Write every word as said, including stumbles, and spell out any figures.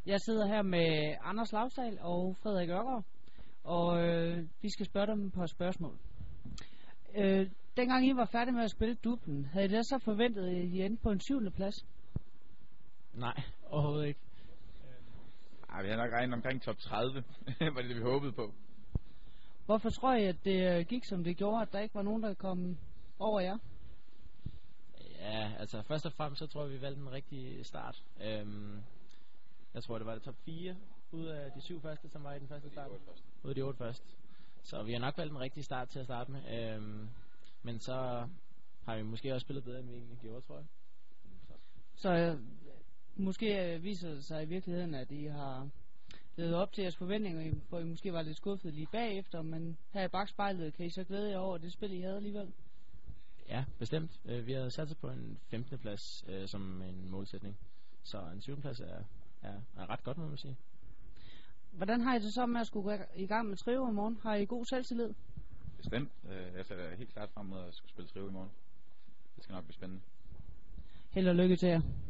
Jeg sidder her med Anders Lausdal og Frederik Ørgaard, og øh, vi skal spørge dem på spørgsmål. Øh, dengang I var færdige med at spille dublen, havde I da så forventet, at I endte på en syvende plads? Nej, overhovedet ikke. Ej, vi havde nok regnet omkring top tredive, var det det, vi håbede på. Hvorfor tror I, at det gik, som det gjorde, at der ikke var nogen, der kom over jer? Ja, altså først og fremmest så tror jeg, vi valgte den rigtige start. Øhm, jeg tror, det var det top fire ud af de syv første, som var i den første start. Ud af de otte første. Så vi har nok valgt den rigtige start til at starte med. Øhm, men så har vi måske også spillet bedre, end vi egentlig gjorde, tror jeg. Så, så øh, måske øh, viser det sig i virkeligheden, at I har levet op til jeres forventninger, hvor I måske var lidt skuffet lige bagefter, men her i bagspejlet kan I så glæde jer over det spil, I havde alligevel? Ja, bestemt. Vi havde sat sig på en femtende plads øh, som en målsætning. Så en syvende plads er, er, er ret godt, må man sige. Hvordan har I det så med at skulle gå i gang med trio i morgen? Har I god selvtillid? Bestemt. Jeg ser helt klart frem mod at skulle spille trio i morgen. Det skal nok blive spændende. Held og lykke til jer.